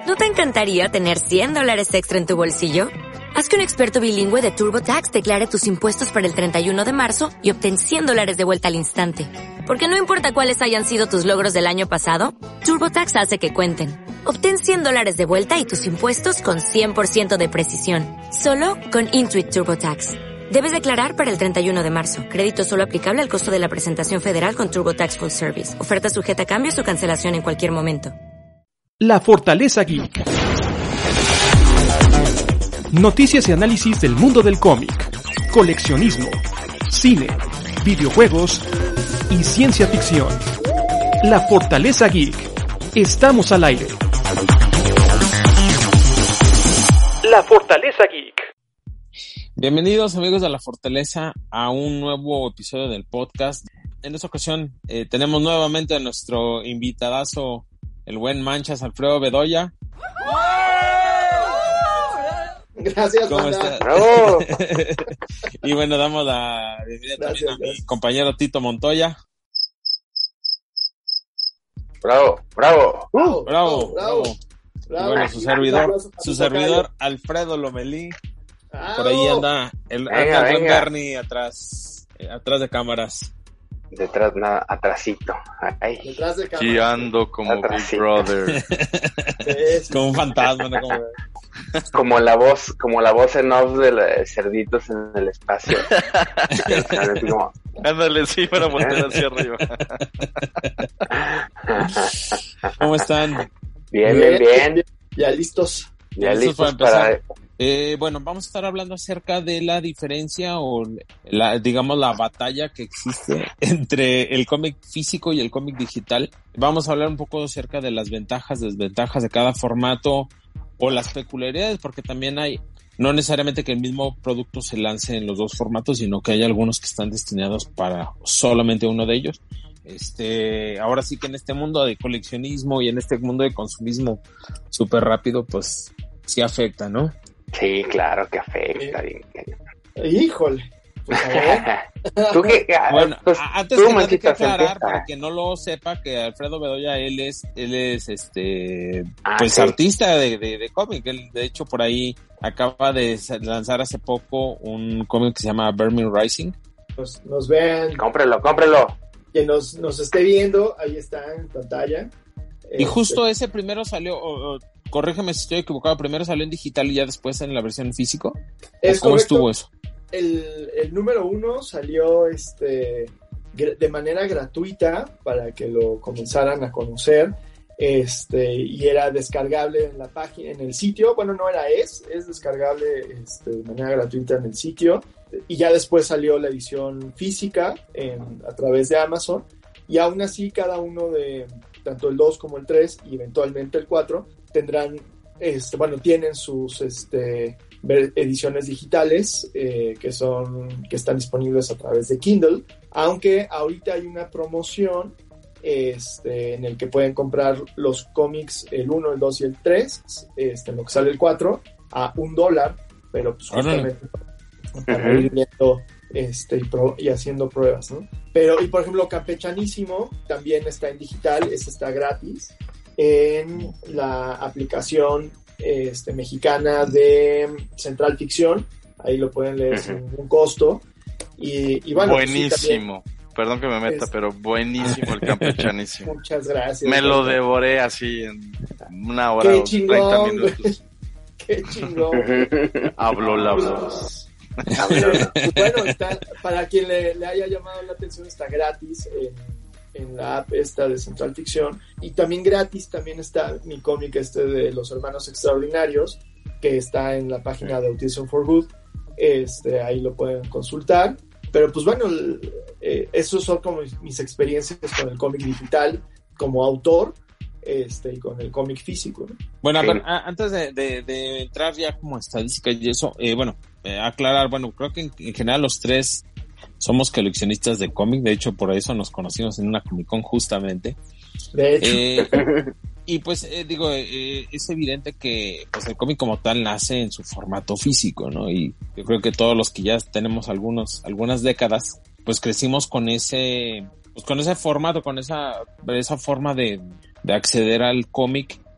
¿No te encantaría tener $100 extra en tu bolsillo? Haz que un experto bilingüe de TurboTax declare tus impuestos para el 31 de marzo y obtén $100 de vuelta al instante. Porque no importa cuáles hayan sido tus logros del año pasado, TurboTax hace que cuenten. Obtén $100 de vuelta y tus impuestos con 100% de precisión. Solo con Intuit TurboTax. Debes declarar para el 31 de marzo. Crédito solo aplicable al costo de la presentación federal con TurboTax Full Service. Oferta sujeta a cambios o cancelación en cualquier momento. La Fortaleza Geek. Noticias y análisis del mundo del cómic, coleccionismo, cine, videojuegos y ciencia ficción. La Fortaleza Geek. Estamos al aire. La Fortaleza Geek. Bienvenidos amigos de La Fortaleza a un nuevo episodio del podcast. En esta ocasión tenemos nuevamente a nuestro invitadazo, el buen Manchas, Alfredo Bedoya. Gracias, ¿Cómo banda. estás? ¡Bravo! Y bueno, damos la bienvenida también a mi compañero Tito Montoya. ¡Bravo! ¡Bravo! ¡Bravo! Y bueno, su servidor Alfredo Lomelí. Por ahí anda el buen Bernie atrás de cámaras. Detrás, nada, atrasito. Ay. Detrás de cámara. Aquí ando como Atrasito. Big Brother. Como un fantasma, ¿no? Como la voz en off de los cerditos en el espacio. Como, Ándale, sí, para voltear hacia arriba. ¿Cómo están? Bien. Ya listos. Ya ¿Listos listos para para... empezar? Bueno, vamos a estar hablando acerca de la diferencia o la batalla que existe entre el cómic físico y el cómic digital. Vamos a hablar un poco acerca de las ventajas, desventajas de cada formato o las peculiaridades, porque también hay, no necesariamente que el mismo producto se lance en los dos formatos, sino que hay algunos que están destinados para solamente uno de ellos. Ahora sí que en este mundo de coleccionismo y en este mundo de consumismo súper rápido, pues sí afecta, ¿no? Sí, claro que afecta. Híjole. Pues a ver. ¿Tú qué? Bueno, Pues, antes tú, que nada hay que Manchita, aclarar, empieza. para que no lo sepa, que Alfredo Bedoya, él es Sí. artista de cómic. Él, de hecho, por ahí acaba de lanzar hace poco un cómic que se llama Vermin Rising. Nos vean, Cómprelo. que nos esté viendo, ahí está en pantalla. Y justo ese primero salió, corrígeme si estoy equivocado, primero salió en digital y ya después en la versión físico. Es ¿Cómo correcto. estuvo eso? El número 1 salió de manera gratuita para que lo comenzaran a conocer, y era descargable en la página, en el sitio. Bueno, no era, es descargable de manera gratuita en el sitio, y ya después salió la edición física a través de Amazon, y aún así cada uno de tanto el 2 como el 3 y eventualmente el 4 tendrán, tienen sus ediciones digitales que están disponibles a través de Kindle, aunque ahorita hay una promoción en el que pueden comprar los cómics el 1, el 2 y el 3, en lo que sale el 4 a $1, pero pues justamente para ir viendo y haciendo pruebas, ¿no? Y por ejemplo, Campechanísimo también está en digital, está gratis en la aplicación mexicana de Central Ficción. Ahí lo pueden leer sin ningún costo. Y bueno, buenísimo. Pues sí, perdón que me meta, pero buenísimo el campechanísimo. Muchas gracias. Me lo devoré así en una hora ¡Qué o 30 chingón! minutos. ¡Qué chingón! Habló la voz. Bueno, para quien le haya llamado la atención, está gratis en la app esta de Central Ficción, y también gratis también está mi cómic de Los Hermanos Extraordinarios, que está en la página de Autism for Good. Ahí lo pueden consultar, pero pues bueno, esos son como mis experiencias con el cómic digital como autor, y con el cómic físico, ¿no? Bueno, a ver, antes de entrar ya como estadísticas y eso, aclarar, bueno, creo que en general los tres somos coleccionistas de cómic. De hecho, por eso nos conocimos en una Comic Con justamente. De hecho. Y pues, es evidente que pues el cómic como tal nace en su formato físico, ¿no? Y yo creo que todos los que ya tenemos algunas décadas, pues crecimos con ese formato, con esa forma de acceder al cómic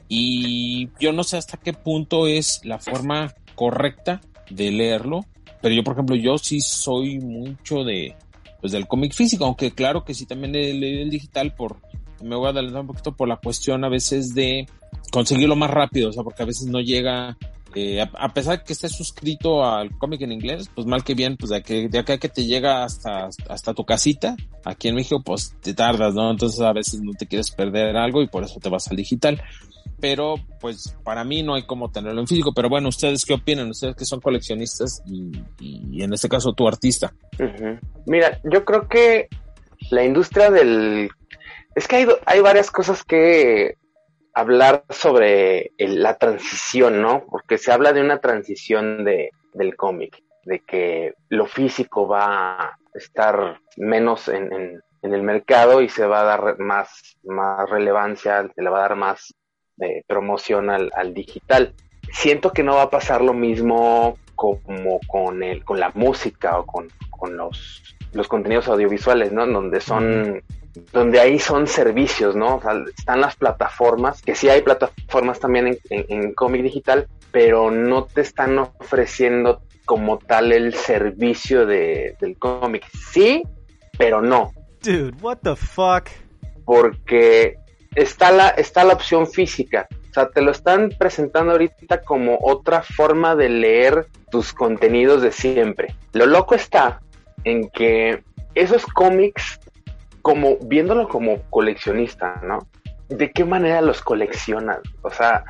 y yo no sé hasta qué punto es la forma correcta de leerlo, pero yo, por ejemplo, yo sí soy mucho del cómic físico, aunque claro que sí también he leído el digital me voy a adelantar un poquito por la cuestión a veces de conseguirlo más rápido, o sea, porque a veces no llega, a pesar de que estés suscrito al cómic en inglés, pues mal que bien, pues de acá que te llega hasta tu casita, aquí en México, pues te tardas, ¿no? Entonces a veces no te quieres perder algo y por eso te vas al digital. Pero pues para mí no hay como tenerlo en físico. Pero bueno, ¿ustedes qué opinan? Ustedes que son coleccionistas y en este caso tu artista. Uh-huh. Mira, yo creo que la industria es que hay varias cosas que hablar sobre la transición, ¿no? Porque se habla de una transición del cómic, de que lo físico va a estar menos en el mercado y se va a dar más relevancia, se le va a dar más promoción al digital. Siento que no va a pasar lo mismo como con la música o con los contenidos audiovisuales, ¿no? Donde ahí son servicios, ¿no? O sea, están las plataformas, que sí hay plataformas también en cómic digital, pero no te están ofreciendo como tal el servicio del cómic. Sí, pero no. Dude, what the fuck? Porque está la opción física. O sea, te lo están presentando ahorita como otra forma de leer tus contenidos de siempre. Lo loco está en que esos cómics, como viéndolo como coleccionista, ¿no? ¿De qué manera los coleccionas? O sea,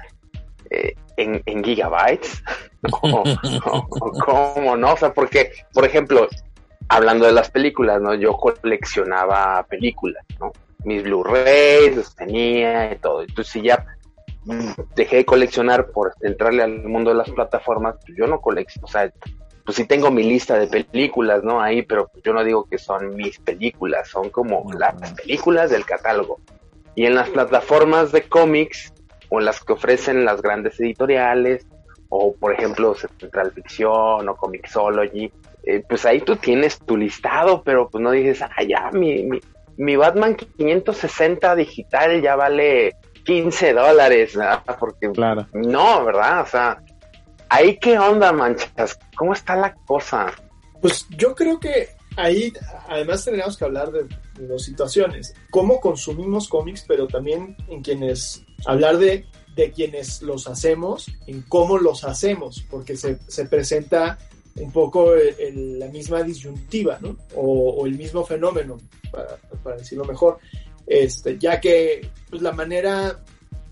en gigabytes, o cómo, ¿no? O sea, porque, por ejemplo, hablando de las películas, ¿no? Yo coleccionaba películas, ¿no? Mis Blu-rays los tenía y todo. Entonces, si ya dejé de coleccionar por entrarle al mundo de las plataformas, pues yo no colecciono, o sea, pues sí tengo mi lista de películas, ¿no? Ahí, pero yo no digo que son mis películas, son como las películas del catálogo. Y en las plataformas de cómics, o en las que ofrecen las grandes editoriales, o por ejemplo Central Ficción o Comixology, pues ahí tú tienes tu listado, pero pues no dices, ya, mi Batman 560 digital ya vale $15, ¿verdad? Porque claro. No, ¿verdad? O sea, ¿ahí qué onda, Manchas? ¿Cómo está la cosa? Pues yo creo que ahí además tendríamos que hablar de dos situaciones. Cómo consumimos cómics, pero también hablar de quienes los hacemos, en cómo los hacemos, porque se presenta un poco la misma disyuntiva, ¿no? O el mismo fenómeno, para decirlo mejor. Ya que pues, la manera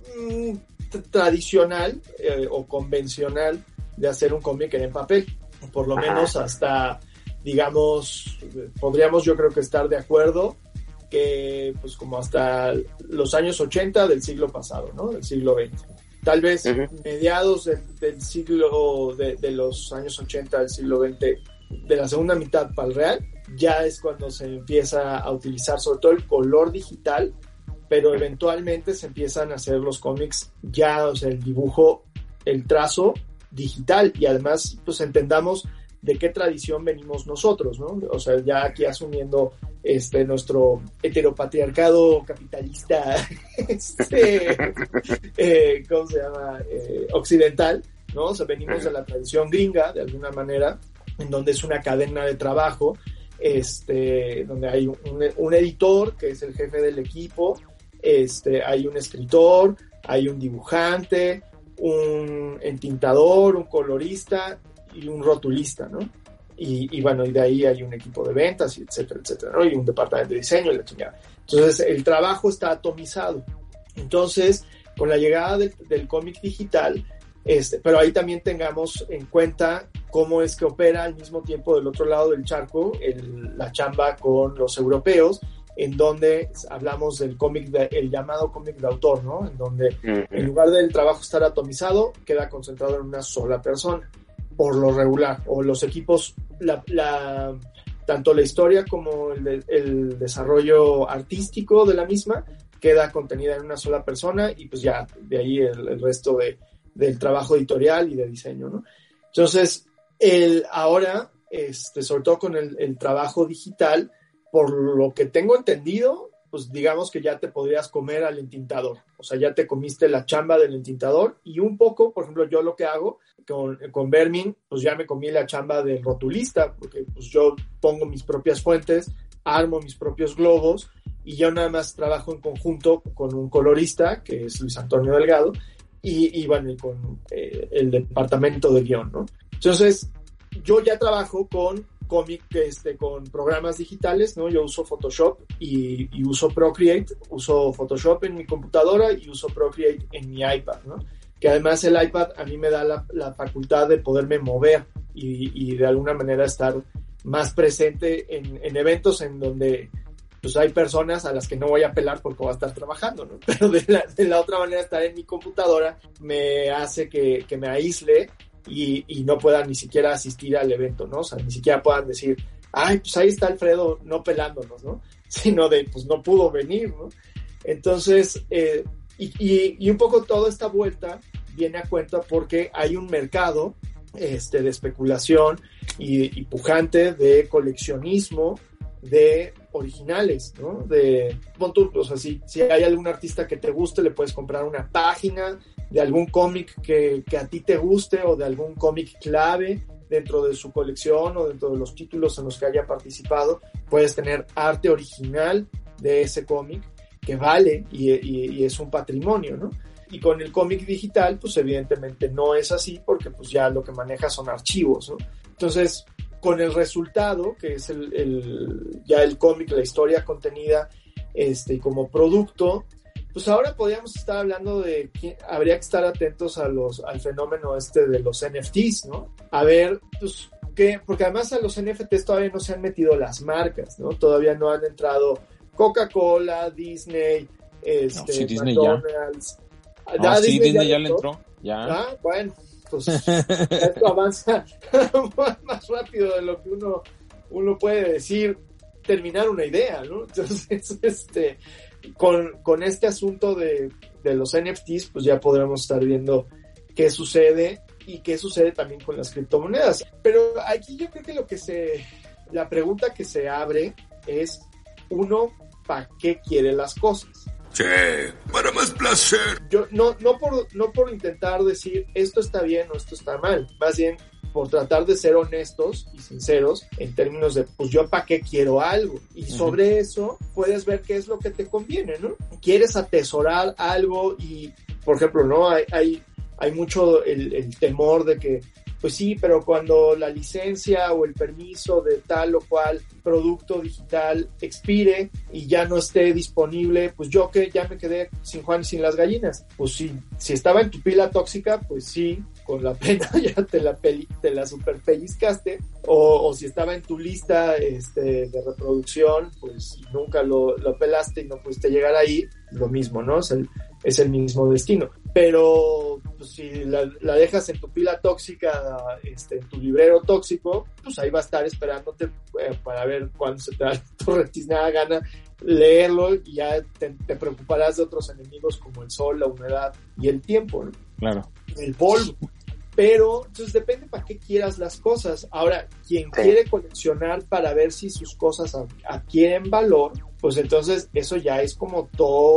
tradicional o convencional de hacer un cómic era en papel, por lo menos hasta, digamos, podríamos yo creo que estar de acuerdo que pues como hasta los años 80 del siglo pasado, ¿no? Del siglo XX. Tal vez mediados del siglo, de los años 80 del siglo XX, de la segunda mitad para el real, ya es cuando se empieza a utilizar sobre todo el color digital, pero eventualmente se empiezan a hacer los cómics ya, o sea, el dibujo, el trazo digital, y además pues entendamos de qué tradición venimos nosotros, ¿no? O sea, ya aquí asumiendo nuestro heteropatriarcado capitalista, ¿cómo se llama? Occidental, ¿no? O sea, venimos de la tradición gringa, de alguna manera, en donde es una cadena de trabajo, donde hay un editor que es el jefe del equipo, hay un escritor, hay un dibujante, un entintador, un colorista y un rotulista, ¿no? Y bueno, y de ahí hay un equipo de ventas, y etcétera, etcétera, ¿no? Y un departamento de diseño y la chingada. Entonces, el trabajo está atomizado. Entonces, con la llegada del cómic digital, pero ahí también tengamos en cuenta cómo es que opera al mismo tiempo del otro lado del charco la chamba con los europeos, en donde hablamos del cómic, el llamado cómic de autor, ¿no? En donde en lugar del trabajo estar atomizado, queda concentrado en una sola persona, por lo regular, o los equipos, tanto la historia como el desarrollo artístico de la misma queda contenida en una sola persona, y pues ya de ahí el resto del trabajo editorial y de diseño, ¿no? Entonces, ahora, sobre todo con el trabajo digital, por lo que tengo entendido, pues digamos que ya te podrías comer al entintador. O sea, ya te comiste la chamba del entintador y un poco, por ejemplo, yo lo que hago con Vermin, pues ya me comí la chamba del rotulista, porque pues yo pongo mis propias fuentes, armo mis propios globos y yo nada más trabajo en conjunto con un colorista, que es Luis Antonio Delgado, y bueno, y con el departamento de guión, ¿no? Entonces, yo ya trabajo con cómic, con programas digitales, ¿no? Yo uso Photoshop y uso Procreate, uso Photoshop en mi computadora y uso Procreate en mi iPad, ¿no? Que además el iPad a mí me da la facultad de poderme mover y de alguna manera estar más presente en eventos en donde pues hay personas a las que no voy a apelar porque voy a estar trabajando, ¿no? Pero de la otra manera estar en mi computadora me hace que me aísle y no puedan ni siquiera asistir al evento, ¿no? O sea, ni siquiera puedan decir, ay, pues ahí está Alfredo no pelándonos, ¿no? Sino de, pues no pudo venir, ¿no? Entonces, y un poco toda esta vuelta viene a cuenta porque hay un mercado de especulación y pujante de coleccionismo de originales, ¿no? O sea, si hay algún artista que te guste, le puedes comprar una página de algún cómic que a ti te guste o de algún cómic clave dentro de su colección o dentro de los títulos en los que haya participado. Puedes tener arte original de ese cómic que vale y es un patrimonio, ¿no? Y con el cómic digital, pues evidentemente no es así porque pues ya lo que maneja son archivos, ¿no? Entonces, con el resultado, que es ya el cómic, la historia contenida como producto, pues ahora podríamos estar hablando de que habría que estar atentos al fenómeno de los NFTs, ¿no? A ver, pues, porque además a los NFTs todavía no se han metido las marcas, ¿no? Todavía no han entrado Coca-Cola, Disney, Disney McDonald's. Ya. Disney ya le entró. Ya. Ah, bueno, pues esto avanza más rápido de lo que uno puede decir, terminar una idea, ¿no? Entonces, con este asunto de los NFTs, pues ya podremos estar viendo qué sucede y qué sucede también con las criptomonedas. Pero aquí yo creo que la pregunta que se abre es, uno, ¿para qué quiere las cosas? Sí, para más placer. Yo no por intentar decir esto está bien o esto está mal, más bien por tratar de ser honestos y sinceros en términos de, pues yo para qué quiero algo. Y sobre eso puedes ver qué es lo que te conviene, ¿no? Quieres atesorar algo y, por ejemplo, ¿no? Hay mucho el temor de que, pues sí, pero cuando la licencia o el permiso de tal o cual producto digital expire y ya no esté disponible, pues yo que ya me quedé sin Juan y sin las gallinas. Pues sí, si estaba en tu pila tóxica, pues sí, con la pena ya te la super pellizcaste, o si estaba en tu lista de reproducción, pues nunca lo pelaste y no pudiste llegar ahí, lo mismo, ¿no? Es el mismo destino. Pero pues, si la dejas en tu pila tóxica, en tu librero tóxico, pues ahí va a estar esperándote para ver cuándo se te da tu retiznada gana leerlo, y ya te preocuparás de otros enemigos como el sol, la humedad y el tiempo, ¿no? Claro. El polvo. Pero, entonces depende para qué quieras las cosas. Ahora, quien quiere coleccionar para ver si sus cosas adquieren valor, pues entonces eso ya es como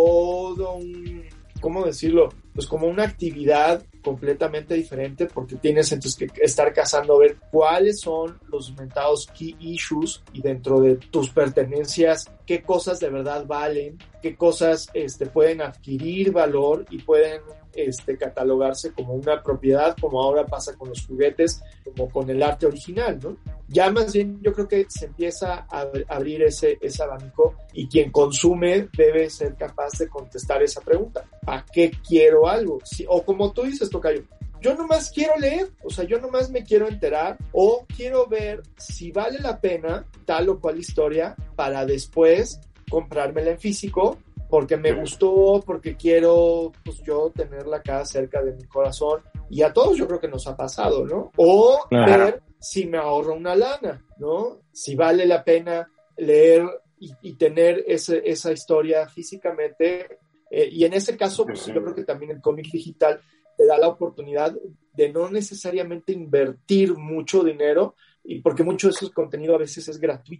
todo ¿cómo decirlo? Pues como una actividad completamente diferente, porque tienes entonces que estar cazando a ver cuáles son los mentados key issues y dentro de tus pertenencias, qué cosas de verdad valen, qué cosas pueden adquirir valor y pueden catalogarse como una propiedad, como ahora pasa con los juguetes, como con el arte original, ¿no? Ya más bien yo creo que se empieza a abrir ese abanico, y quien consume debe ser capaz de contestar esa pregunta: ¿a qué quiero algo? O como tú dices, tocayo, yo nomás quiero leer, o sea, yo nomás me quiero enterar, o quiero ver si vale la pena tal o cual historia para después comprármela en físico, porque me gustó, porque quiero, pues yo tenerla acá cerca de mi corazón. Y a todos yo creo que nos ha pasado, ¿no? O ver si me ahorro una lana, ¿no? Si vale la pena leer y tener esa historia físicamente. Y en ese caso, pues yo creo que también el cómic digital te da la oportunidad de no necesariamente invertir mucho dinero, y porque mucho de ese contenido a veces es gratuito.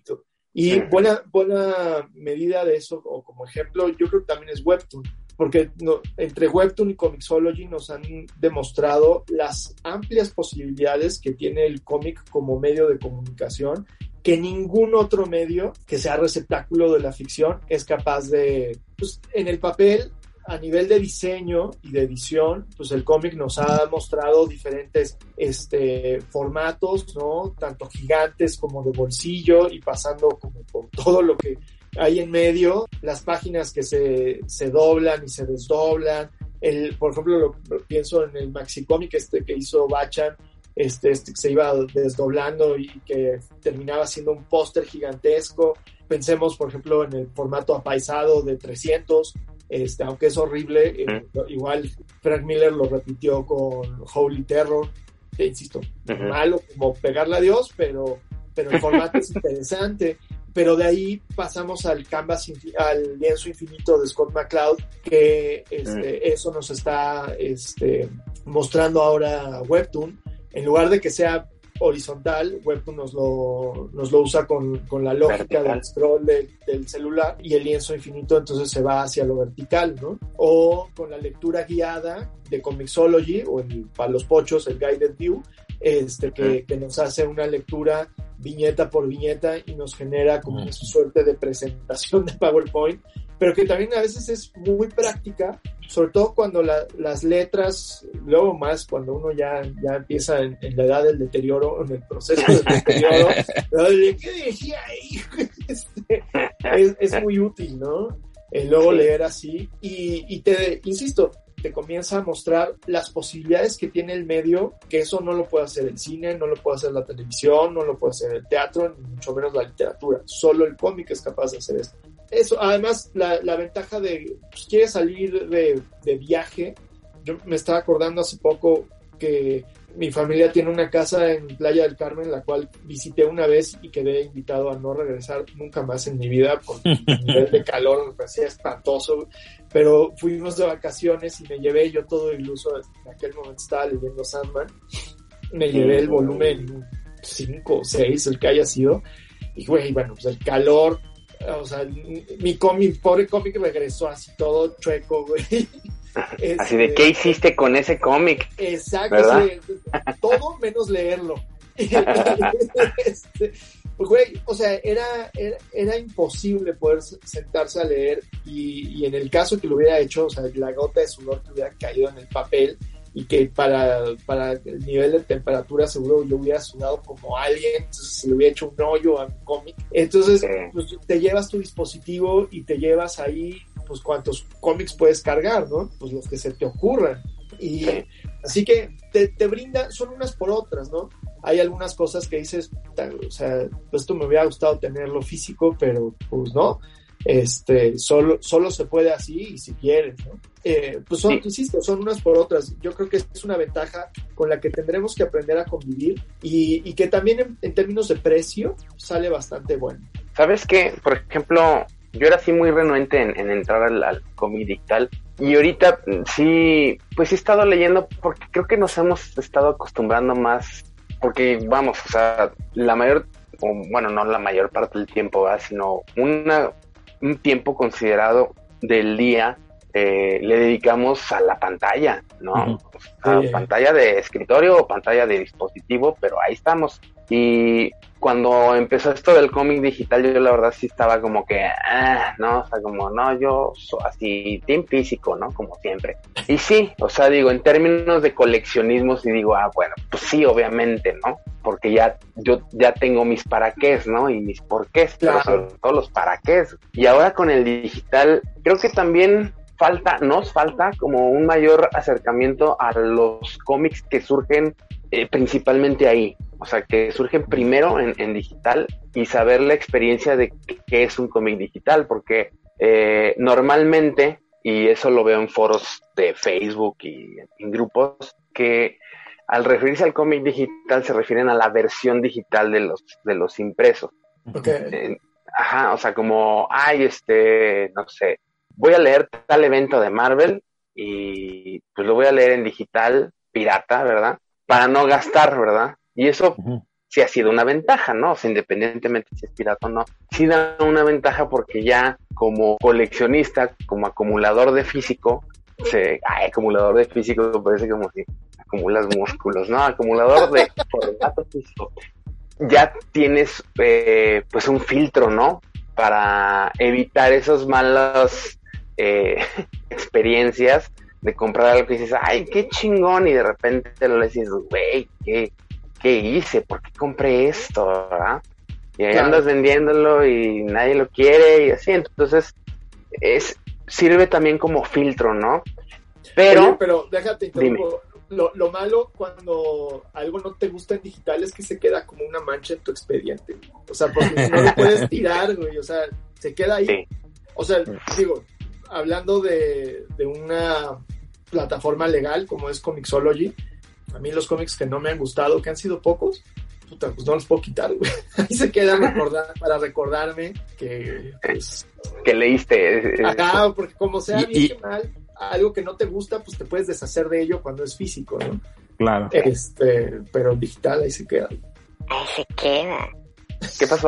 Y buena medida de eso, o como ejemplo, yo creo que también es Webtoon, porque entre Webtoon y Comixology nos han demostrado las amplias posibilidades que tiene el cómic como medio de comunicación, que ningún otro medio que sea receptáculo de la ficción es capaz de, pues, en el papel, a nivel de diseño y de edición, pues el cómic nos ha mostrado diferentes formatos, ¿no? Tanto gigantes como de bolsillo y pasando como por todo lo que hay en medio, las páginas que se doblan y se desdoblan. Por ejemplo, lo pienso en el maxicómic que hizo Bachan, que se iba desdoblando y que terminaba siendo un póster gigantesco. Pensemos, por ejemplo, en el formato apaisado de 300, aunque es horrible, igual Frank Miller lo repitió con Holy Terror, que insisto, malo como pegarle a Dios, pero el formato es interesante. Pero de ahí pasamos al canvas, al lienzo infinito de Scott McCloud, que eso nos está mostrando ahora Webtoon. En lugar de que sea horizontal, Webtoon nos lo usa con la lógica del scroll del celular, y el lienzo infinito entonces se va hacia lo vertical, ¿no? O con la lectura guiada de Comixology, o para los pochos, el Guided View, que nos hace una lectura viñeta por viñeta y nos genera como una suerte de presentación de PowerPoint, pero que también a veces es muy práctica, sobre todo cuando las letras, luego más cuando uno ya empieza en la edad del deterioro, en el proceso del deterioro, ¿qué decía ahí? Es muy útil, ¿no? Luego leer así y insisto, te comienza a mostrar las posibilidades que tiene el medio, que eso no lo puede hacer el cine, no lo puede hacer la televisión, no lo puede hacer el teatro, ni mucho menos la literatura. Solo el cómic es capaz de hacer esto. Eso, además, la ventaja de, pues, quieres salir de viaje. Yo me estaba acordando hace poco que mi familia tiene una casa en Playa del Carmen, la cual visité una vez y quedé invitado a no regresar nunca más en mi vida porque el nivel de calor me parecía espantoso, pero fuimos de vacaciones y me llevé yo todo iluso. En aquel momento estaba leyendo Sandman, me llevé el volumen 5 o 6, el que haya sido, y güey, bueno, pues el calor, o sea, mi pobre cómic regresó así todo chueco, güey. Así de, ¿qué hiciste con ese cómic? Exacto, todo menos leerlo. Pues, güey, o sea, era imposible poder sentarse a leer, y en el caso que lo hubiera hecho, o sea, la gota de sudor que hubiera caído en el papel, y que para el nivel de temperatura seguro yo hubiera sudado como alguien, entonces se le hubiera hecho un hoyo a mi cómic. Entonces, pues, te llevas tu dispositivo y te llevas ahí, pues, cuántos cómics puedes cargar, ¿no? Pues los que se te ocurran. Y así que te brinda, son unas por otras, ¿no? Hay algunas cosas que dices, o sea, esto me hubiera gustado tenerlo físico, pero pues no. Solo se puede así, y si quieres, ¿no? Pues insisto, son unas por otras. Yo creo que es una ventaja con la que tendremos que aprender a convivir, y que también en términos de precio sale bastante bueno. ¿Sabes qué? Por ejemplo, yo era así muy renuente en entrar al cómic digital, y ahorita sí, pues he estado leyendo porque creo que nos hemos estado acostumbrando más, porque vamos, o sea, no la mayor parte del tiempo, ¿verdad? Sino un tiempo considerado del día le dedicamos a la pantalla, ¿no? Pantalla de escritorio o pantalla de dispositivo, pero ahí estamos. Y cuando empezó esto del cómic digital, yo la verdad sí estaba como que, no, o sea, como, no, yo así, team físico, ¿no? Como siempre. Y sí, o sea, digo, en términos de coleccionismo, sí digo, bueno, pues sí, obviamente, ¿no? Porque yo ya tengo mis para qués, ¿no? Y mis por qués, pero sobre todo los para qués. Y ahora con el digital, creo que también nos falta como un mayor acercamiento a los cómics que surgen principalmente ahí. O sea, que surgen primero en digital, y saber la experiencia de qué es un cómic digital, porque normalmente, y eso lo veo en foros de Facebook y en grupos, que al referirse al cómic digital se refieren a la versión digital de los impresos. Okay. O sea, como, no sé, voy a leer tal evento de Marvel y pues lo voy a leer en digital, pirata, ¿verdad? Para no gastar, ¿verdad? Y eso sí ha sido una ventaja, ¿no? O sea, independientemente si es pirata o no, sí da una ventaja porque ya como coleccionista, como acumulador de físico, acumulador de físico parece como si acumulas músculos, ¿no? Acumulador de formato físico. Ya tienes pues un filtro, ¿no? Para evitar esas malas experiencias de comprar algo que dices, ay, qué chingón, y de repente lo dices, güey, ¿qué hice? ¿Por qué compré esto? ¿Verdad? Y ahí andas vendiéndolo y nadie lo quiere y así, entonces sirve también como filtro, ¿no? Pero déjate interrumpo. Lo malo cuando algo no te gusta en digital es que se queda como una mancha en tu expediente. O sea, porque no lo puedes tirar, güey. O sea, se queda ahí. Sí. O sea, digo, hablando de una plataforma legal como es Comixology, a mí los cómics que no me han gustado, que han sido pocos, puta, pues no los puedo quitar, güey. Ahí se queda para recordarme que... Pues, que leíste. Acá, porque como sea bien que mal, algo que no te gusta, pues te puedes deshacer de ello cuando es físico, ¿no? Claro. Pero digital ahí se queda. Ahí se queda. ¿Qué pasó?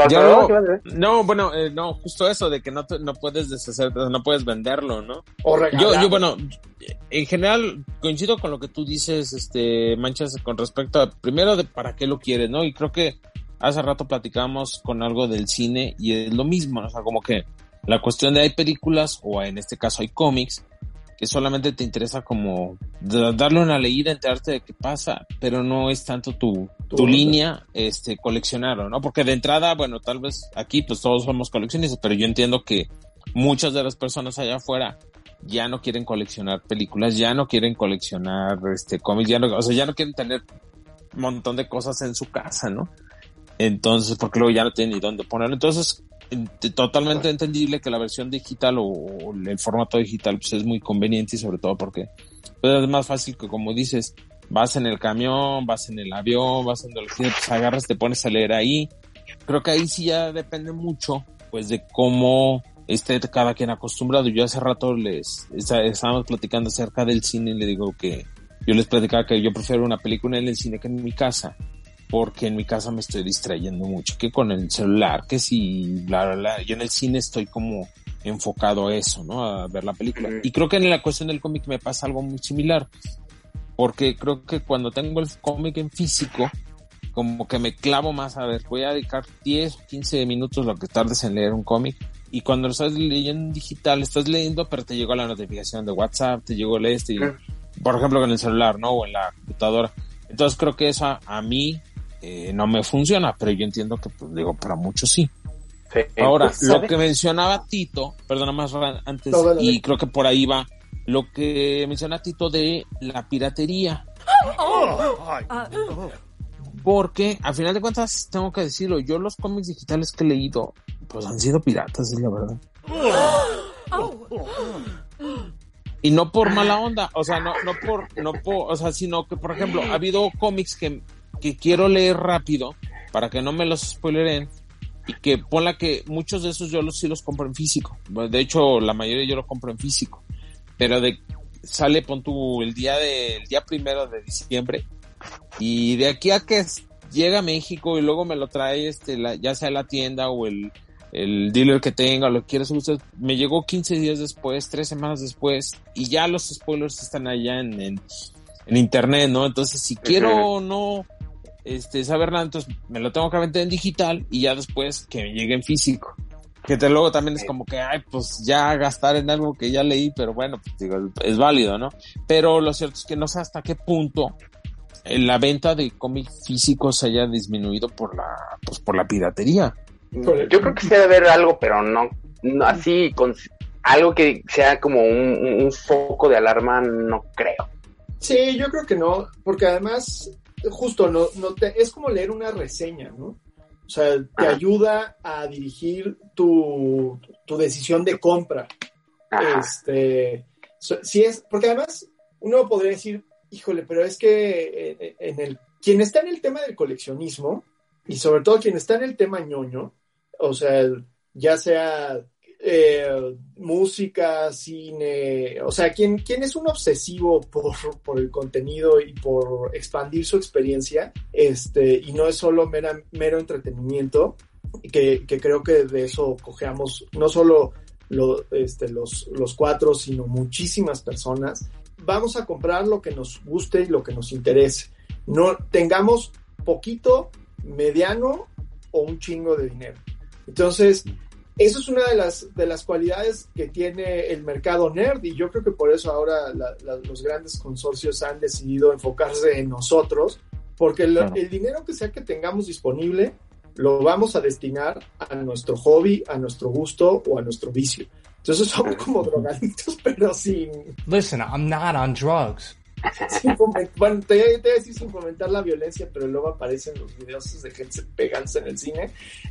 No, justo eso de que no puedes deshacer, no puedes venderlo, ¿no? O regalarlo. Yo, bueno, en general coincido con lo que tú dices, Manchas, con respecto a, primero, de para qué lo quieres, ¿no? Y creo que hace rato platicamos con algo del cine y es lo mismo, ¿no? O sea, como que la cuestión de hay películas, o en este caso hay cómics, que solamente te interesa como darle una leída, enterarte de qué pasa, pero no es tanto tu línea, coleccionarlo, ¿no? Porque de entrada, bueno, tal vez aquí pues todos somos coleccionistas, pero yo entiendo que muchas de las personas allá afuera ya no quieren coleccionar películas, ya no quieren coleccionar cómics, ya no quieren tener un montón de cosas en su casa, ¿no? Entonces, porque luego ya no tienen ni dónde ponerlo. Entonces, totalmente entendible que la versión digital o el formato digital pues es muy conveniente, y sobre todo porque pues, es más fácil que, como dices, vas en el camión, vas en el avión, vas en el cine, pues agarras, te pones a leer ahí. Creo que ahí sí ya depende mucho pues de cómo esté cada quien acostumbrado. Yo hace rato estábamos platicando acerca del cine y le digo que yo les platicaba que yo prefiero una película en el cine que en mi casa, porque en mi casa me estoy distrayendo mucho, que con el celular, que si bla, bla, bla. Yo en el cine estoy como enfocado a eso, ¿no? A ver la película. Y creo que en la cuestión del cómic me pasa algo muy similar, porque creo que cuando tengo el cómic en físico, como que me clavo más, a ver, voy a dedicar 10 o 15 minutos lo que tardes en leer un cómic, y cuando lo estás leyendo en digital, estás leyendo, pero te llegó la notificación de WhatsApp, te llegó y, por ejemplo, con el celular, ¿no? O en la computadora. Entonces creo que eso a mí no me funciona, pero yo entiendo que, pues, digo, para muchos sí. Ahora, pues, lo que mencionaba Tito, perdona más antes, y creo que por ahí va, lo que menciona Tito de la piratería. Porque, al final de cuentas, tengo que decirlo, yo los cómics digitales que he leído, pues han sido piratas, es la verdad. Y no por mala onda, o sea, no por, o sea, sino que, por ejemplo, ha habido cómics que quiero leer rápido para que no me los spoileren, y que ponla que muchos de esos yo sí los compro en físico. De hecho, la mayoría yo lo compro en físico, pero sale, pon tú, el día 1 de diciembre, y de aquí a que llega a México y luego me lo trae ya sea la tienda o el dealer que tenga, lo que quiera usted, me llegó 15 días después, 3 semanas después, y ya los spoilers están allá en internet, ¿no? Entonces, si quiero no saber nada, entonces me lo tengo que vender en digital, y ya después que me llegue en físico. Que luego también es como que, pues ya gastar en algo que ya leí, pero bueno, pues digo, es válido, ¿no? Pero lo cierto es que no sé hasta qué punto la venta de cómics físicos se haya disminuido por la piratería. Yo creo que sí debe haber algo, pero no así, con algo que sea como un foco de alarma, no creo. Sí, yo creo que no, porque además, justo, es como leer una reseña, ¿no? O sea, te ayuda a dirigir tu decisión de compra. Sí es, porque además uno podría decir, híjole, pero es que quien está en el tema del coleccionismo, y sobre todo quien está en el tema ñoño, o sea, ya sea música, cine, o sea, quien es un obsesivo por el contenido y por expandir su experiencia, y no es solo mero entretenimiento, que creo que de eso cojeamos no solo los cuatro, sino muchísimas personas. Vamos a comprar lo que nos guste y lo que nos interese. No tengamos poquito, mediano o un chingo de dinero. Entonces, eso es una de las cualidades que tiene el mercado nerd, y yo creo que por eso ahora los grandes consorcios han decidido enfocarse en nosotros, porque el dinero que sea que tengamos disponible lo vamos a destinar a nuestro hobby, a nuestro gusto o a nuestro vicio. Entonces somos como drogadictos, pero sin... Listen, I'm not on drugs. Bueno, te voy a decir sin fomentar la violencia, pero luego aparecen los videos de gente pegándose en el cine.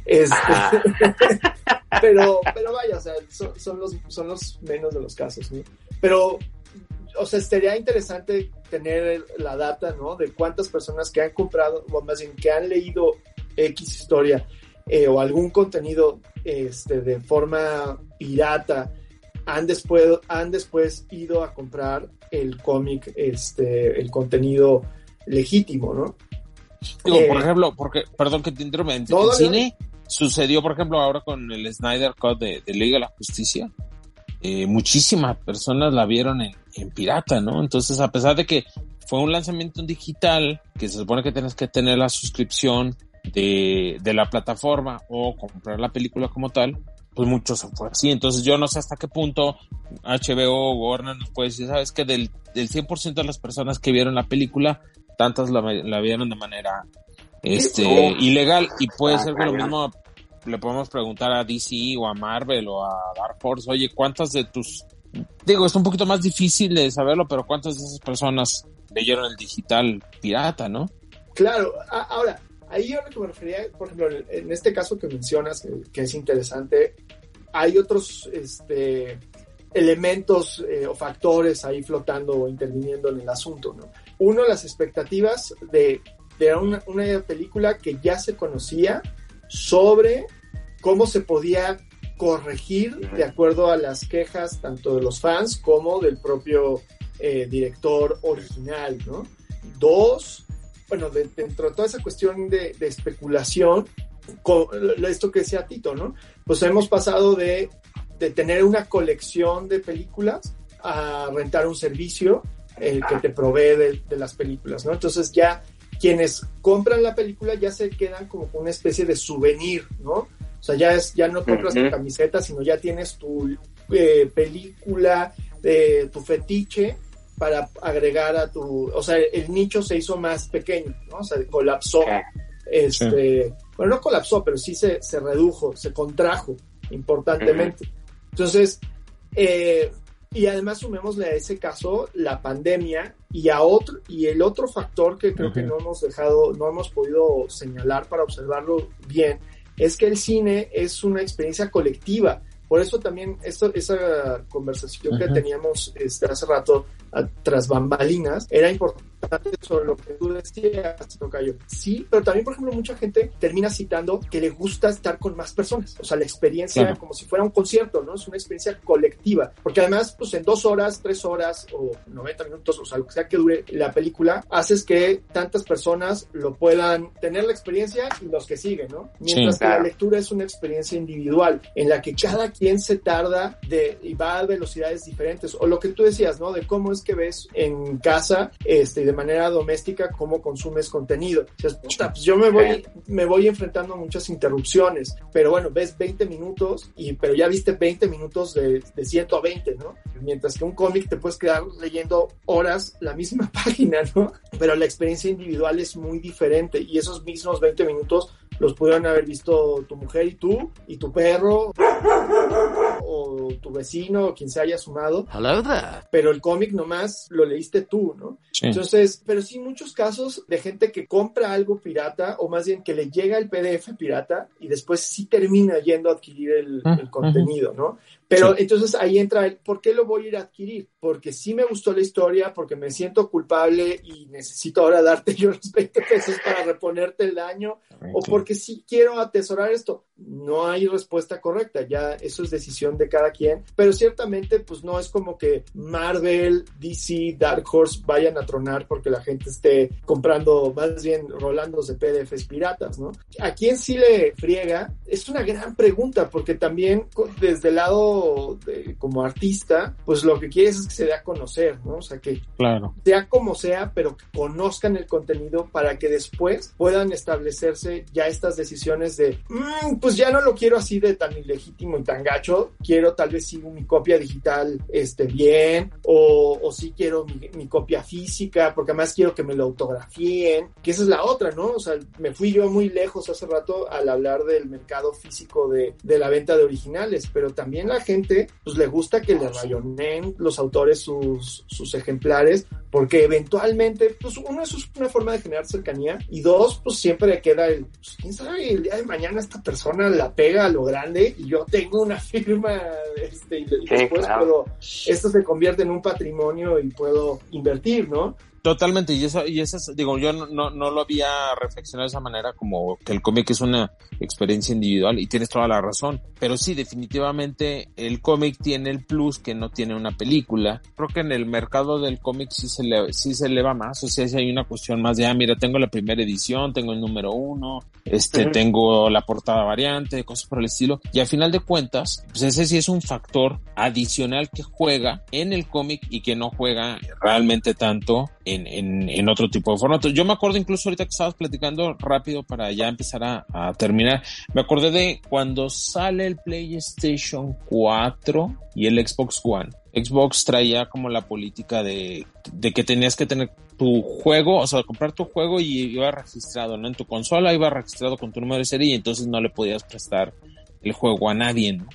Pero vaya, o sea, son los menos de los casos, ¿no? Pero, o sea, sería interesante tener la data, ¿no? De cuántas personas que han comprado, o más bien que han leído X historia o algún contenido de forma pirata han después ido a comprar el cómic, el contenido legítimo, ¿no? Digo, por ejemplo, perdón que te interrumpa, en cine sucedió, por ejemplo, ahora con el Snyder Cut de Liga de la Justicia, muchísimas personas la vieron en pirata, ¿no? Entonces, a pesar de que fue un lanzamiento en digital, que se supone que tienes que tener la suscripción de la plataforma o comprar la película como tal, pues mucho se fue así. Entonces yo no sé hasta qué punto HBO o Warner nos puede decir, ¿sabes qué? Del 100% de las personas que vieron la película, tantas la vieron de manera ilegal, y puede ser que lo mismo le podemos preguntar a DC o a Marvel o a Dark Horse, oye, ¿cuántas de tus... Digo, es un poquito más difícil de saberlo, pero ¿cuántas de esas personas leyeron el digital pirata, no? Claro, ahora... Ahí yo a lo que me refería, por ejemplo, en este caso que mencionas, que es interesante, hay otros elementos o factores ahí flotando o interviniendo en el asunto, ¿no? Uno, las expectativas de una película que ya se conocía sobre cómo se podía corregir de acuerdo a las quejas tanto de los fans como del propio director original, ¿no? Dos, bueno, dentro de toda esa cuestión de especulación, esto que decía Tito, ¿no? Pues hemos pasado de tener una colección de películas a rentar un servicio que te provee de las películas, ¿no? Entonces ya quienes compran la película ya se quedan como con una especie de souvenir, ¿no? O sea, ya no compras tu camiseta, sino ya tienes tu película, tu fetiche, para agregar a tu... O sea, el nicho se hizo más pequeño, ¿no? O sea, colapsó. Bueno, no colapsó, pero sí se redujo, se contrajo importantemente. Entonces, y además sumémosle a ese caso la pandemia y el otro factor que creo que no hemos podido señalar para observarlo bien, es que el cine es una experiencia colectiva. Por eso también esa conversación que teníamos hace rato tras bambalinas era importante sobre lo que tú decías, Tocayo. Sí, pero también, por ejemplo, mucha gente termina citando que le gusta estar con más personas. O sea, la experiencia como si fuera un concierto, ¿no? Es una experiencia colectiva. Porque además, pues en 2 horas, 3 horas o 90 minutos, o sea, lo que sea que dure la película, haces que tantas personas lo puedan tener la experiencia y los que siguen, ¿no? Mientras que la lectura es una experiencia individual en la que cada quien se tarda y va a velocidades diferentes. O lo que tú decías, ¿no? De cómo es que ves en casa, de manera doméstica, cómo consumes contenido. O sea, puta, pues yo me voy enfrentando a muchas interrupciones, pero bueno, ves 20 minutos, pero ya viste 20 minutos de 120, ¿no? Mientras que un cómic te puedes quedar leyendo horas la misma página, ¿no? Pero la experiencia individual es muy diferente, y esos mismos 20 minutos los pudieron haber visto tu mujer y tú, y tu perro, o tu vecino, o quien se haya sumado. Hello there. Pero el cómic nomás lo leíste tú, ¿no? Sí. Entonces, pero sí muchos casos de gente que compra algo pirata, o más bien que le llega el PDF pirata, y después sí termina yendo a adquirir el contenido, ¿no? Pero entonces ahí entra ¿por qué lo voy a ir a adquirir? porque sí me gustó la historia, porque me siento culpable y necesito ahora darte yo los 20 pesos para reponerte el daño, o porque sí quiero atesorar esto. No hay respuesta correcta, ya eso es decisión de cada quien, pero ciertamente pues no es como que Marvel, DC, Dark Horse vayan a tronar porque la gente esté comprando, más bien rolándose PDFs piratas, ¿no? ¿A quién sí le friega? Es una gran pregunta, porque también desde el lado como artista, pues lo que quieres es que se dé a conocer, ¿no? O sea, que sea como sea, pero que conozcan el contenido para que después puedan establecerse ya estas decisiones de, pues ya no lo quiero así de tan ilegítimo y tan gacho, quiero tal vez sí mi copia digital bien, o sí quiero mi copia física, porque además quiero que me lo autografíen, que esa es la otra, ¿no? O sea, me fui yo muy lejos hace rato al hablar del mercado físico de la venta de originales, pero también la gente pues le gusta que le rayonen los autores sus ejemplares, porque eventualmente, pues uno, eso es una forma de generar cercanía, y dos, pues siempre queda pues, quién sabe, el día de mañana esta persona la pega a lo grande y yo tengo una firma y después esto se convierte en un patrimonio y puedo invertir, ¿no? Totalmente, y eso digo, yo no lo había reflexionado de esa manera, como que el cómic es una experiencia individual, y tienes toda la razón, pero sí, definitivamente el cómic tiene el plus que no tiene una película. Creo que en el mercado del cómic sí se eleva más, o sea, si hay una cuestión más de, mira, tengo la primera edición, tengo el número 1, tengo la portada variante, cosas por el estilo, y al final de cuentas, pues ese sí es un factor adicional que juega en el cómic y que no juega realmente tanto en otro tipo de formatos. Yo me acuerdo incluso ahorita que estabas platicando rápido para ya empezar a terminar, me acordé de cuando sale el PlayStation 4 y el Xbox One. Xbox traía como la política de que tenías que tener tu juego, o sea, comprar tu juego y iba registrado, ¿no? En tu consola iba registrado con tu número de serie y entonces no le podías prestar el juego a nadie, ¿no?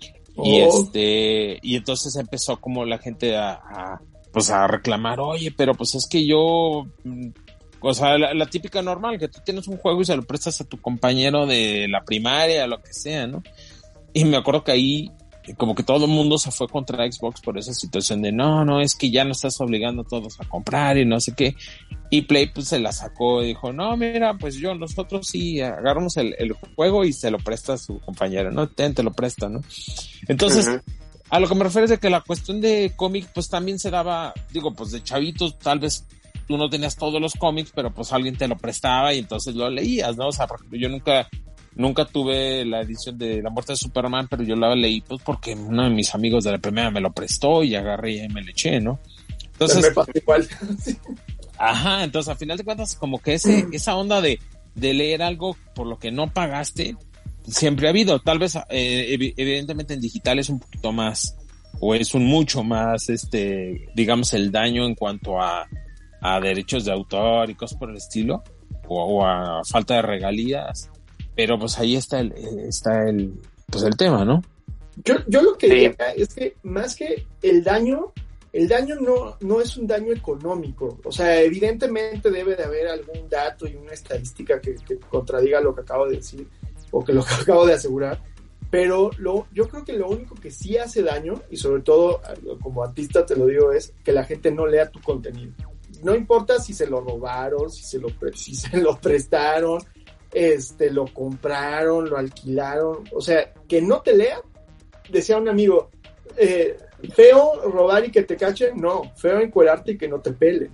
Y entonces empezó como la gente a reclamar, oye, pero pues es que yo, o sea, la típica normal, que tú tienes un juego y se lo prestas a tu compañero de la primaria, lo que sea, ¿no? Y me acuerdo que ahí, como que todo el mundo se fue contra Xbox por esa situación de, no, es que ya no estás obligando a todos a comprar y no sé qué. Y Play pues se la sacó y dijo, no, mira, pues nosotros sí agarramos el juego y se lo presta a su compañero, ¿no? Te lo presta, ¿no? Entonces, a lo que me refiero es de que la cuestión de cómic, pues también se daba, digo, pues de chavitos, tal vez tú no tenías todos los cómics, pero pues alguien te lo prestaba y entonces lo leías, ¿no? O sea, por ejemplo, yo nunca tuve la edición de La Muerte de Superman, pero yo la leí pues porque uno de mis amigos de la primera me lo prestó y agarré y me le eché, ¿no? Entonces, me pasa igual. Ajá, entonces a final de cuentas como que esa onda de leer algo por lo que no pagaste, siempre ha habido. Tal vez evidentemente en digital es un poquito más, o es un mucho más digamos el daño en cuanto a derechos de autor y cosas por el estilo, o a falta de regalías, pero pues ahí está el tema, ¿no? Yo lo que diría es que más que el daño no es un daño económico. O sea, evidentemente debe de haber algún dato y una estadística que contradiga lo que acabo de decir o que lo que acabo de asegurar, pero yo creo que lo único que sí hace daño, y sobre todo como artista te lo digo, es que la gente no lea tu contenido. No importa si se lo robaron, si se lo prestaron, lo compraron, lo alquilaron, o sea, que no te lea. Decía un amigo, feo robar y que te cachen, no, feo encuerarte y que no te pelen.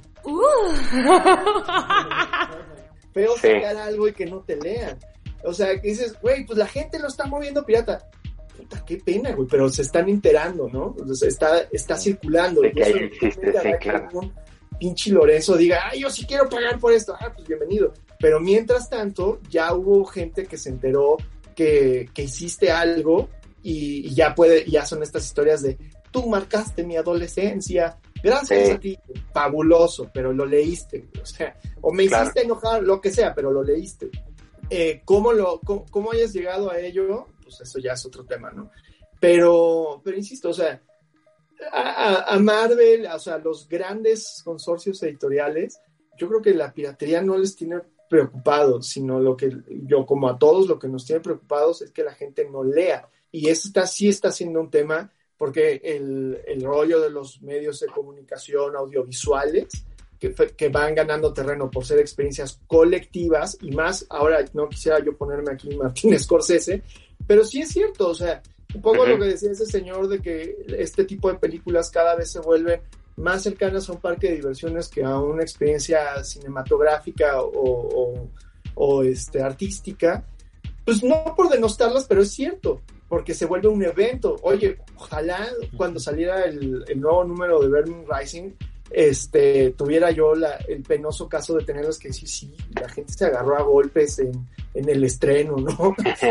Feo sacar algo y que no te lean. O sea, que dices, güey, pues la gente lo está moviendo pirata. Puta, qué pena, güey, pero se están enterando, ¿no? O sea, está circulando. De que ahí existe, sí, claro. Un pinche Lorenzo diga, yo sí quiero pagar por esto. Pues bienvenido. Pero mientras tanto, ya hubo gente que se enteró que hiciste algo y ya son estas historias de, tú marcaste mi adolescencia, gracias a ti, fabuloso, pero lo leíste, o sea, o me hiciste enojar, lo que sea, pero lo leíste. ¿Cómo hayas llegado a ello? Pues eso ya es otro tema, ¿no? Pero insisto, o sea, a Marvel, o sea, los grandes consorcios editoriales, yo creo que la piratería no les tiene preocupados, sino lo que yo, como a todos, lo que nos tiene preocupados es que la gente no lea, y eso sí está siendo un tema porque el rollo de los medios de comunicación audiovisuales que van ganando terreno por ser experiencias colectivas y más, ahora no quisiera yo ponerme aquí Martin Scorsese, pero sí es cierto, o sea, un poco lo que decía ese señor de que este tipo de películas cada vez se vuelven más cercanas a un parque de diversiones que a una experiencia cinematográfica o artística, pues no por denostarlas, pero es cierto, porque se vuelve un evento. Oye, ojalá cuando saliera el nuevo número de Burning Rising, tuviera yo el penoso caso de tenerlos que decir, sí, la gente se agarró a golpes en el estreno, ¿no?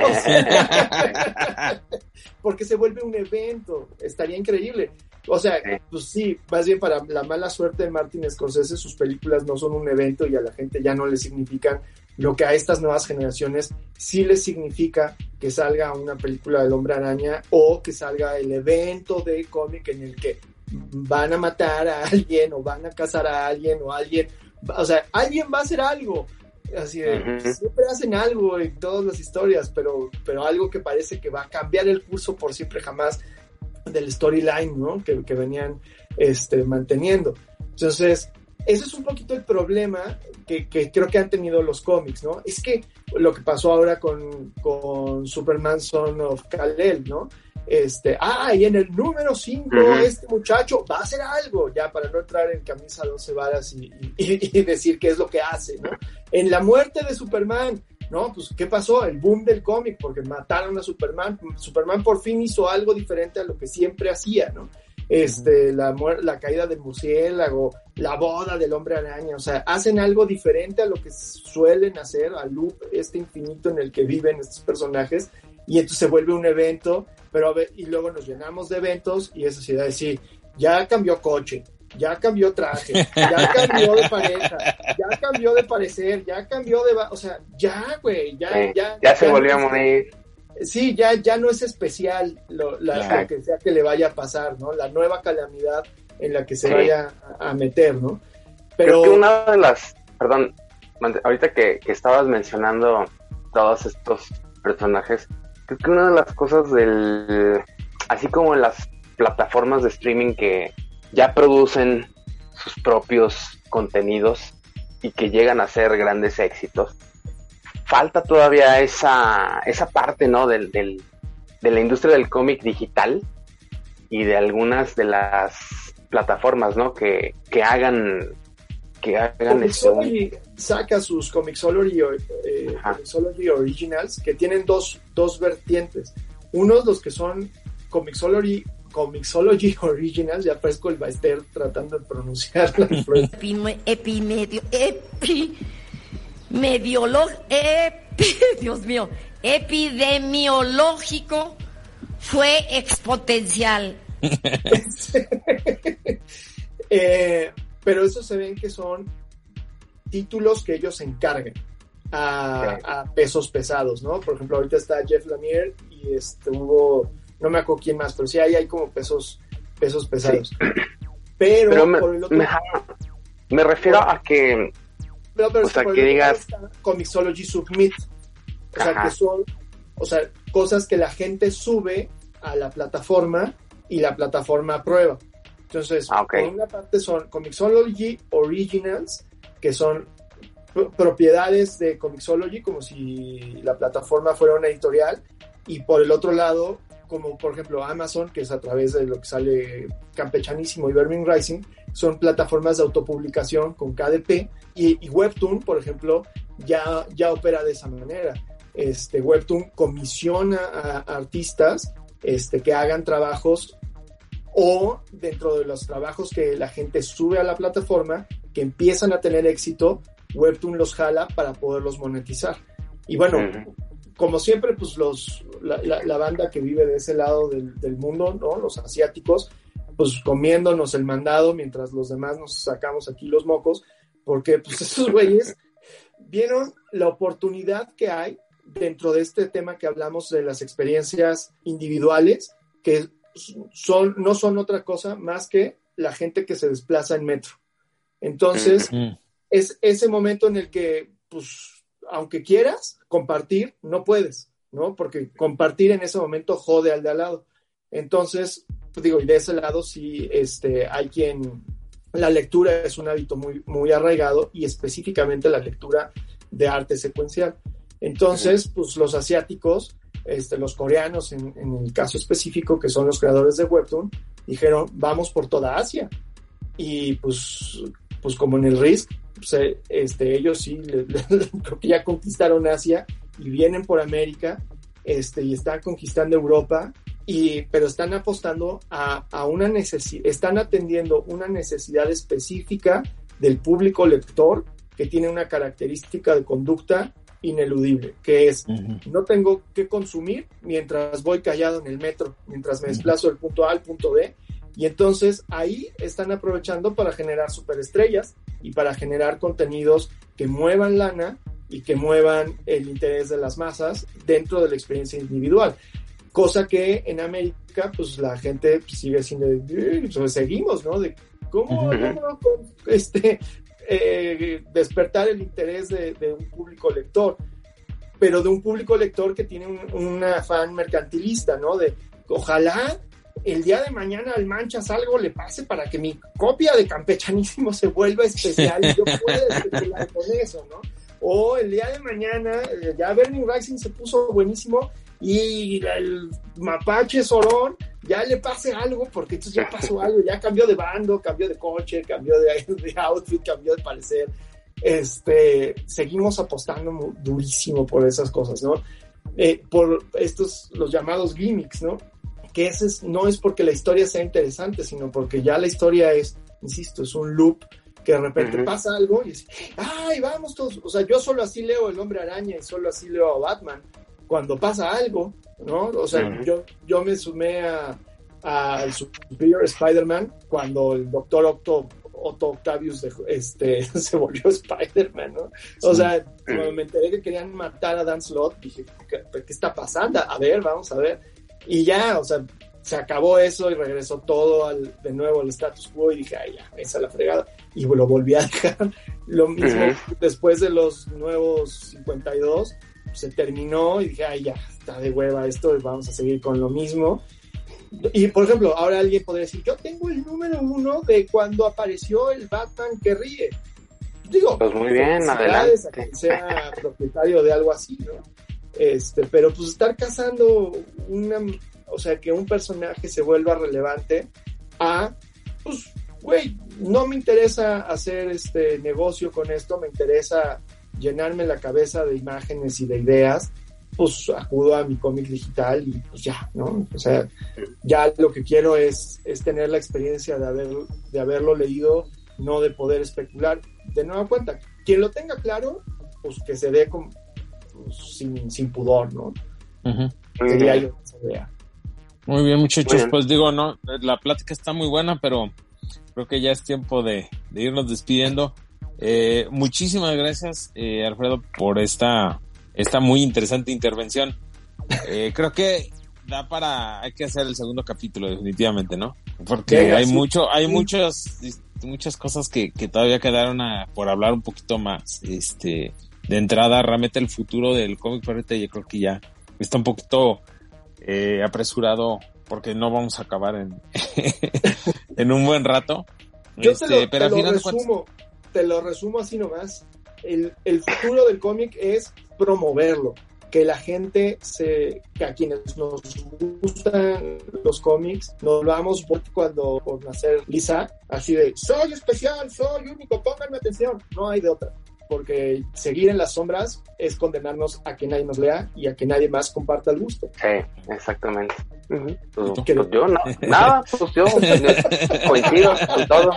Porque se vuelve un evento, estaría increíble. O sea, pues sí, más bien para la mala suerte de Martin Scorsese, sus películas no son un evento y a la gente ya no le significan lo que a estas nuevas generaciones sí les significa que salga una película del Hombre Araña o que salga el evento de cómic en el que van a matar a alguien o van a cazar a alguien o alguien va a hacer algo. Así de, siempre hacen algo en todas las historias, pero algo que parece que va a cambiar el curso por siempre jamás del storyline, ¿no? Que venían manteniendo. Entonces, ese es un poquito el problema que creo que han tenido los cómics, ¿no? Es que lo que pasó ahora con Superman Son of Kal-El, ¿no? Y en el número 5 este muchacho va a hacer algo, ya para no entrar en camisa de 12 varas y decir qué es lo que hace, ¿no? En la muerte de Superman, ¿no? Pues, ¿qué pasó? El boom del cómic, porque mataron a Superman. Superman por fin hizo algo diferente a lo que siempre hacía, ¿no? La caída del murciélago, la boda del Hombre Araña, o sea, hacen algo diferente a lo que suelen hacer, al loop infinito en el que viven estos personajes, y entonces se vuelve un evento, y luego nos llenamos de eventos, y es así de decir, ya cambió coche, ya cambió traje, ya cambió de pareja, ya cambió de parecer, ya cambió de... O sea, ya, güey, ya se volvió a morir. Sí, ya no es especial lo que sea que le vaya a pasar, ¿no? La nueva calamidad en la que se vaya a meter, ¿no? Pero... Creo que una de las... Perdón, ahorita que estabas mencionando todos estos personajes, creo que una de las cosas así como en las plataformas de streaming que ya producen sus propios contenidos y que llegan a ser grandes éxitos, falta todavía esa parte, ¿no? de la industria del cómic digital y de algunas de las plataformas, ¿no? que hagan Comixology saca sus Comixology Originals, que tienen dos vertientes. Unos los que son Comixology Originals, ya parezco el Baester tratando de pronunciarla. Dios mío, epidemiológico fue exponencial. Pero eso se ven que son títulos que ellos encargan a pesos pesados, ¿no? Por ejemplo, ahorita está Jeff Lemire y hubo, no me acuerdo quién más, pero sí hay como pesos pesados. Sí. Pero por el otro me refiero a que o sea, que digas Comixology Submit, o sea, que son, cosas que la gente sube a la plataforma y la plataforma aprueba. Entonces, por una parte son Comixology Originals, que son propiedades de Comixology, como si la plataforma fuera una editorial, y por el otro lado, como por ejemplo Amazon, que es a través de lo que sale Campechanísimo y Burning Rising, son plataformas de autopublicación con KDP, y Webtoon, por ejemplo, ya opera de esa manera. Webtoon comisiona a artistas que hagan trabajos, o dentro de los trabajos que la gente sube a la plataforma, que empiezan a tener éxito, Webtoon los jala para poderlos monetizar. Y bueno, como siempre, pues la banda que vive de ese lado del mundo, ¿no? Los asiáticos, pues comiéndonos el mandado mientras los demás nos sacamos aquí los mocos, porque pues esos güeyes vieron la oportunidad que hay dentro de este tema que hablamos de las experiencias individuales, que no son otra cosa más que la gente que se desplaza en metro. Entonces, es ese momento en el que, pues, aunque quieras compartir, no puedes, ¿no? Porque compartir en ese momento jode al de al lado. Entonces, digo, y de ese lado sí, hay quien, la lectura es un hábito muy, muy arraigado, y específicamente la lectura de arte secuencial. Entonces, pues los asiáticos, los coreanos en el caso específico, que son los creadores de Webtoon, dijeron, vamos por toda Asia. Y pues como en el Risk, pues, ellos sí, creo que ya conquistaron Asia y vienen por América, y están conquistando Europa, pero están apostando a una necesidad, están atendiendo una necesidad específica del público lector, que tiene una característica de conducta ineludible, que es, no tengo que consumir mientras voy callado en el metro, mientras me desplazo del punto A al punto B, y entonces ahí están aprovechando para generar superestrellas y para generar contenidos que muevan lana y que muevan el interés de las masas dentro de la experiencia individual. Cosa que en América, pues la gente sigue siendo, pues seguimos, ¿no? De cómo despertar el interés de un público lector, pero de un público lector que tiene un afán mercantilista, ¿no? De ojalá el día de mañana al Manchas algo le pase para que mi copia de Campechanísimo se vuelva especial y yo pueda especular con eso, ¿no? O el día de mañana ya Burning Rising se puso buenísimo y el Mapache Sorón ya le pase algo, porque entonces ya pasó algo, ya cambió de bando, cambió de coche, cambió de outfit, cambió de parecer. Seguimos apostando durísimo por esas cosas, ¿no? Por los llamados gimmicks, ¿no? Que no es porque la historia sea interesante, sino porque ya la historia es, insisto, es un loop, que de repente pasa algo y es, ¡ay, vamos todos! O sea, yo solo así leo El Hombre Araña y solo así leo a Batman cuando pasa algo, ¿no? O sea, yo me sumé al Superior Spider-Man cuando el Doctor Otto Octavius se volvió Spider-Man, ¿no? O sea, cuando me enteré que querían matar a Dan Slott, dije, ¿qué está pasando? A ver, vamos a ver. Y ya, o sea, se acabó eso y regresó todo de nuevo al status quo, y dije, ay, ya, esa es la fregada. Y lo volví a dejar. Lo mismo después de los nuevos 52, se terminó y dije, ay, ya, está de hueva esto, y vamos a seguir con lo mismo. Y, por ejemplo, ahora alguien podría decir, yo tengo el número 1 de cuando apareció el Batman que ríe. Digo, pues muy bien, adelante. A quien sea propietario de algo así, ¿no? Pero pues estar cazando o sea, que un personaje se vuelva relevante pues, güey, no me interesa hacer negocio con esto, me interesa llenarme la cabeza de imágenes y de ideas, pues acudo a mi cómic digital y pues ya, ¿no? O sea, ya lo que quiero es tener la experiencia de haberlo leído, no de poder especular. De nueva cuenta, quien lo tenga claro, pues que se dé sin pudor, ¿no? Sería yo esa idea. Muy bien, muchachos, pues digo, no, la plática está muy buena, pero creo que ya es tiempo de irnos despidiendo. Muchísimas gracias, Alfredo, por esta muy interesante intervención. Creo que hay que hacer el segundo capítulo, definitivamente, ¿no? Porque hay muchas cosas que todavía quedaron por hablar un poquito más. De entrada, realmente el futuro del cómic por ahorita yo creo que ya está un poquito apresurado, porque no vamos a acabar en un buen rato. Te lo resumo así nomás. El futuro del cómic es promoverlo, que la gente que a quienes nos gustan los cómics, nos vamos cuando por nacer Lisa, así de, soy especial, soy único, pónganme atención. No hay de otra, porque seguir en las sombras es condenarnos a que nadie nos lea y a que nadie más comparta el gusto. Sí, exactamente. Pues yo no, nada, pues yo coincido con todo.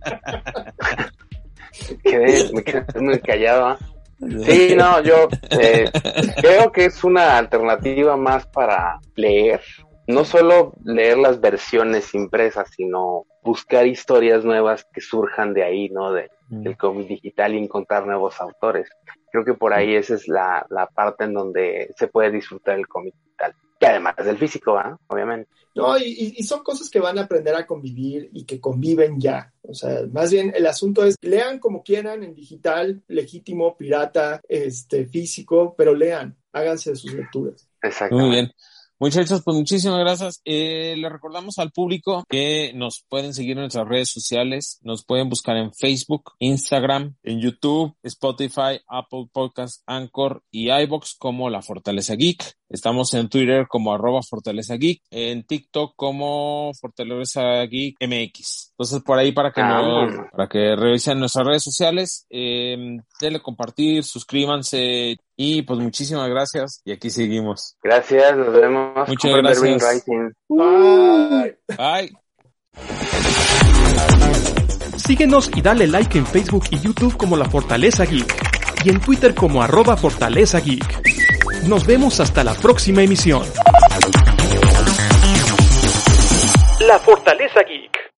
Me quedé muy callado. Sí, no, yo creo que es una alternativa más para leer, no solo leer las versiones impresas, sino buscar historias nuevas que surjan de ahí, ¿no? Del cómic digital, y encontrar nuevos autores. Creo que por ahí esa es la parte en donde se puede disfrutar el cómic digital. Y además del físico, ¿eh? Obviamente. No, y son cosas que van a aprender a convivir y que conviven ya. O sea, más bien el asunto es, lean como quieran, en digital, legítimo, pirata, físico, pero lean, háganse sus lecturas. Exacto. Muy bien. Muchachos, pues muchísimas gracias. Le recordamos al público que nos pueden seguir en nuestras redes sociales, nos pueden buscar en Facebook, Instagram, en YouTube, Spotify, Apple Podcast, Anchor y iVoox como La Fortaleza Geek. Estamos en Twitter como @Fortaleza Geek, en TikTok como Fortaleza Geek MX. Entonces por ahí para que revisen nuestras redes sociales, denle compartir, suscríbanse y pues muchísimas gracias y aquí seguimos. Gracias, nos vemos. Muchas gracias. Bye. Bye. Síguenos y dale like en Facebook y YouTube como La Fortaleza Geek y en Twitter como @Fortaleza Geek. Nos vemos hasta la próxima emisión. La Fortaleza Geek.